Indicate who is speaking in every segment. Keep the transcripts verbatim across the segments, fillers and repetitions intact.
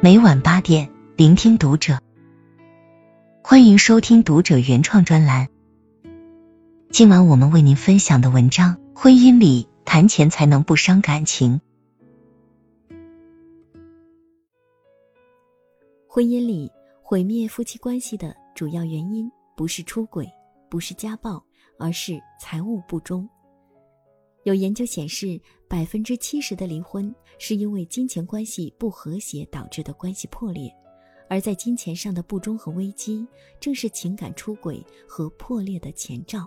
Speaker 1: 每晚八点，聆听读者。欢迎收听读者原创专栏。今晚我们为您分享的文章：婚姻里谈钱才能不伤感情。
Speaker 2: 婚姻里毁灭夫妻关系的主要原因，不是出轨，不是家暴，而是财务不忠。有研究显示，百分之七十的离婚是因为金钱关系不和谐导致的关系破裂，而在金钱上的不忠和危机，正是情感出轨和破裂的前兆。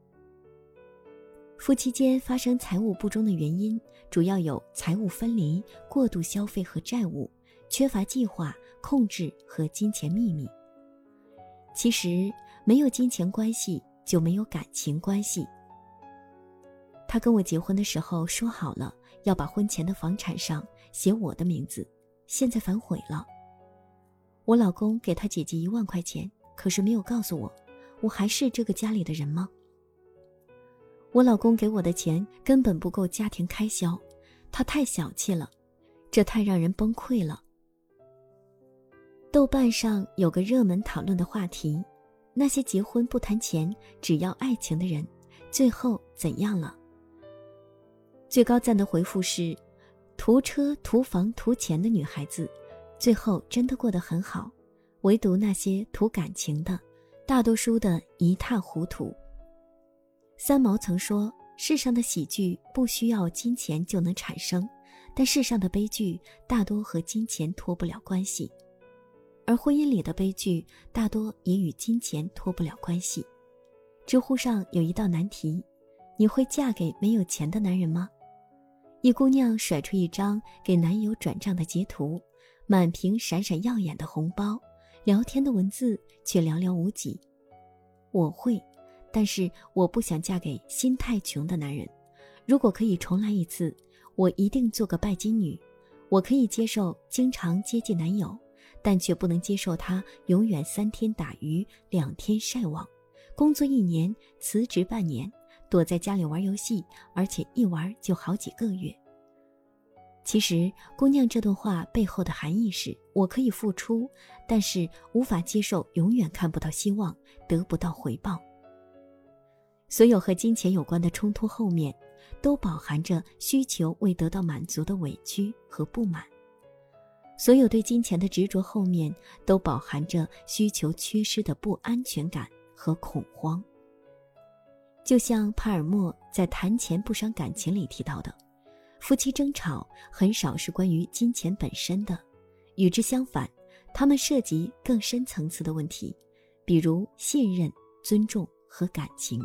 Speaker 2: 夫妻间发生财务不忠的原因，主要有财务分离、过度消费和债务、缺乏计划、控制和金钱秘密。其实，没有金钱关系，就没有感情关系。他跟我结婚的时候说好了，要把婚前的房产上写我的名字，现在反悔了。我老公给他姐姐一万块钱，可是没有告诉我，我还是这个家里的人吗？我老公给我的钱根本不够家庭开销，他太小气了，这太让人崩溃了。豆瓣上有个热门讨论的话题：那些结婚不谈钱，只要爱情的人，最后怎样了？最高赞的回复是：图车、图房、图钱的女孩子，最后真的过得很好，唯独那些图感情的，大多数的一塌糊涂。三毛曾说，世上的喜剧不需要金钱就能产生，但世上的悲剧大多和金钱脱不了关系，而婚姻里的悲剧大多也与金钱脱不了关系。知乎上有一道难题：你会嫁给没有钱的男人吗？一姑娘甩出一张给男友转账的截图，满屏闪闪耀眼的红包，聊天的文字却寥寥无几。我会，但是我不想嫁给心太穷的男人。如果可以重来一次，我一定做个拜金女。我可以接受经常接近男友，但却不能接受他永远三天打鱼两天晒网，工作一年辞职半年，躲在家里玩游戏，而且一玩就好几个月。其实姑娘这段话背后的含义是，我可以付出，但是无法接受永远看不到希望，得不到回报。所有和金钱有关的冲突后面，都饱含着需求未得到满足的委屈和不满。所有对金钱的执着后面，都饱含着需求缺失的不安全感和恐慌。就像帕尔默在《谈钱不伤感情》里提到的，夫妻争吵很少是关于金钱本身的，与之相反，他们涉及更深层次的问题，比如信任、尊重和感情。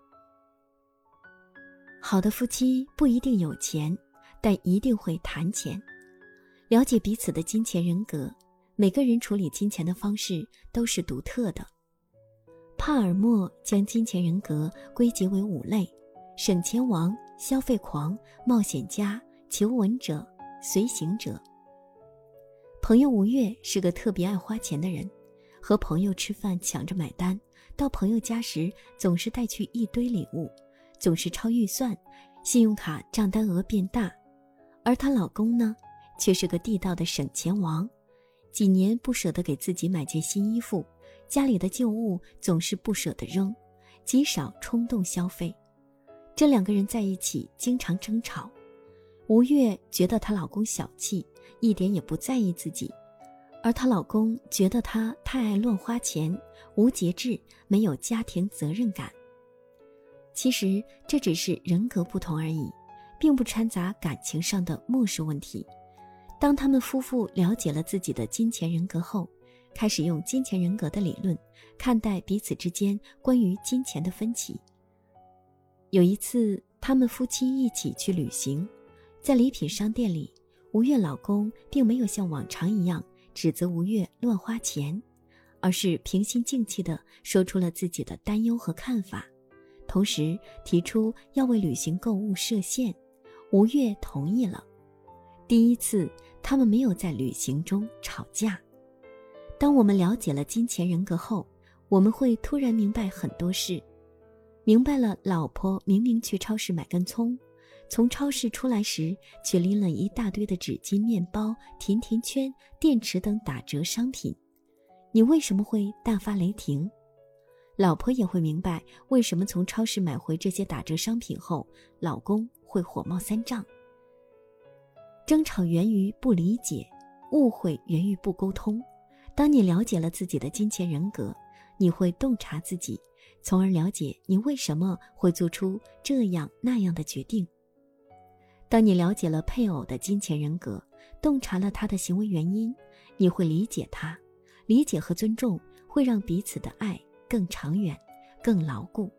Speaker 2: 好的夫妻不一定有钱，但一定会谈钱。了解彼此的金钱人格，每个人处理金钱的方式都是独特的。帕尔默将金钱人格归结为五类：省钱王、消费狂、冒险家、求稳者、随行者。朋友吴越是个特别爱花钱的人，和朋友吃饭抢着买单，到朋友家时总是带去一堆礼物，总是超预算，信用卡账单额变大。而她老公呢，却是个地道的省钱王，几年不舍得给自己买件新衣服，家里的旧物总是不舍得扔，极少冲动消费。这两个人在一起经常争吵，吴越觉得她老公小气，一点也不在意自己，而她老公觉得她太爱乱花钱，无节制，没有家庭责任感。其实这只是人格不同而已，并不掺杂感情上的漠视问题。当他们夫妇了解了自己的金钱人格后，开始用金钱人格的理论看待彼此之间关于金钱的分歧。有一次，他们夫妻一起去旅行，在礼品商店里，吴越老公并没有像往常一样指责吴越乱花钱，而是平心静气地说出了自己的担忧和看法，同时提出要为旅行购物设限。吴越同意了。第一次，他们没有在旅行中吵架。当我们了解了金钱人格后，我们会突然明白很多事。明白了老婆明明去超市买根葱， 从超市出来时却拎了一大堆的纸巾、面包、甜甜圈、电池等打折商品，你为什么会大发雷霆？老婆也会明白为什么从超市买回这些打折商品后，老公会火冒三丈。争吵源于不理解，误会源于不沟通。当你了解了自己的金钱人格，你会洞察自己，从而了解你为什么会做出这样那样的决定。当你了解了配偶的金钱人格，洞察了他的行为原因，你会理解他，理解和尊重会让彼此的爱更长远，更牢固。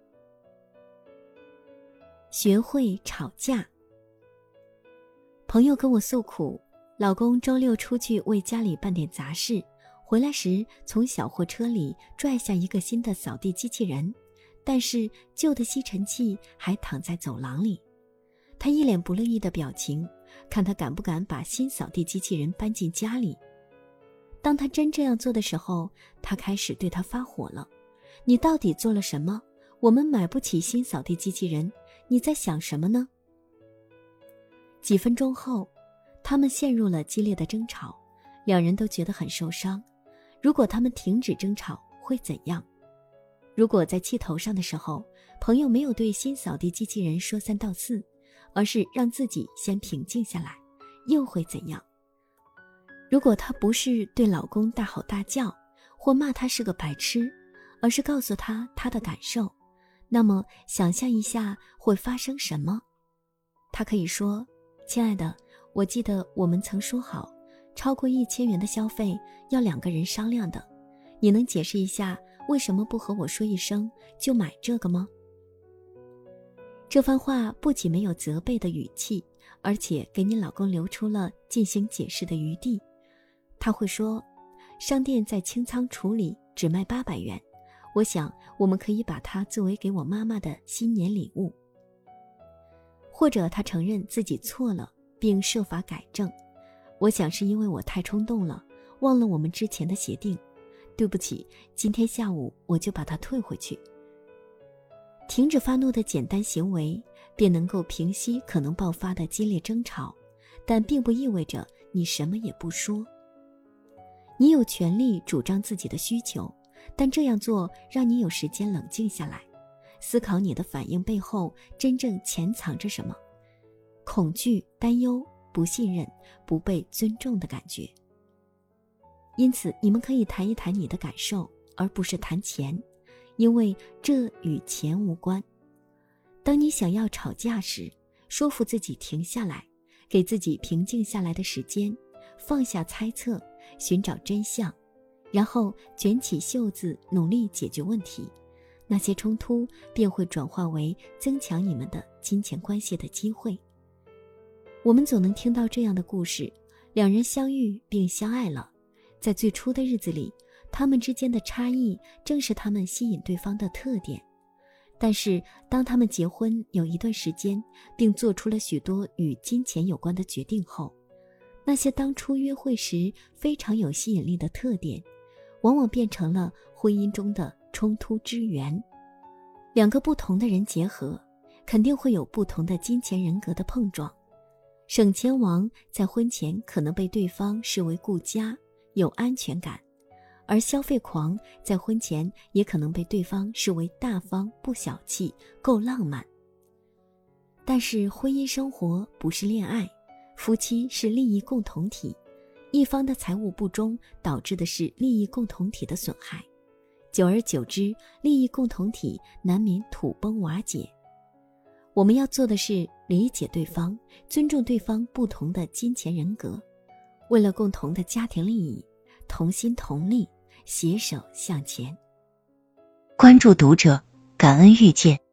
Speaker 2: 学会吵架。朋友跟我诉苦，老公周六出去为家里办点杂事，回来时从小货车里拽下一个新的扫地机器人，但是旧的吸尘器还躺在走廊里。他一脸不乐意的表情，看他敢不敢把新扫地机器人搬进家里。当他真这样做的时候，他开始对他发火了。你到底做了什么？我们买不起新扫地机器人，你在想什么呢？几分钟后，他们陷入了激烈的争吵，两人都觉得很受伤。如果他们停止争吵，会怎样？如果在气头上的时候，朋友没有对新扫地机器人说三道四，而是让自己先平静下来，又会怎样？如果她不是对老公大吼大叫，或骂他是个白痴，而是告诉他她的感受，那么想象一下会发生什么？她可以说，亲爱的，我记得我们曾说好，超过一千元的消费要两个人商量的，你能解释一下为什么不和我说一声就买这个吗？这番话不仅没有责备的语气，而且给你老公留出了进行解释的余地。他会说，商店在清仓处理只卖八百元，我想我们可以把它作为给我妈妈的新年礼物。或者他承认自己错了，并设法改正。我想是因为我太冲动了，忘了我们之前的协定。对不起，今天下午我就把它退回去。停止发怒的简单行为，便能够平息可能爆发的激烈争吵，但并不意味着你什么也不说。你有权利主张自己的需求，但这样做让你有时间冷静下来，思考你的反应背后真正潜藏着什么：恐惧、担忧、不信任、不被尊重的感觉。因此，你们可以谈一谈你的感受，而不是谈钱，因为这与钱无关。当你想要吵架时，说服自己停下来，给自己平静下来的时间，放下猜测，寻找真相，然后卷起袖子努力解决问题，那些冲突便会转化为增强你们的金钱关系的机会。我们总能听到这样的故事，两人相遇并相爱了，在最初的日子里，他们之间的差异正是他们吸引对方的特点。但是当他们结婚有一段时间，并做出了许多与金钱有关的决定后，那些当初约会时非常有吸引力的特点，往往变成了婚姻中的冲突之源。两个不同的人结合，肯定会有不同的金钱人格的碰撞。省钱王在婚前可能被对方视为顾家、有安全感，而消费狂在婚前也可能被对方视为大方、不小气、够浪漫。但是婚姻生活不是恋爱，夫妻是利益共同体，一方的财务不忠导致的是利益共同体的损害，久而久之，利益共同体难免土崩瓦解。我们要做的是理解对方，尊重对方不同的金钱人格，为了共同的家庭利益，同心同力，携手向前。
Speaker 1: 关注读者，感恩遇见。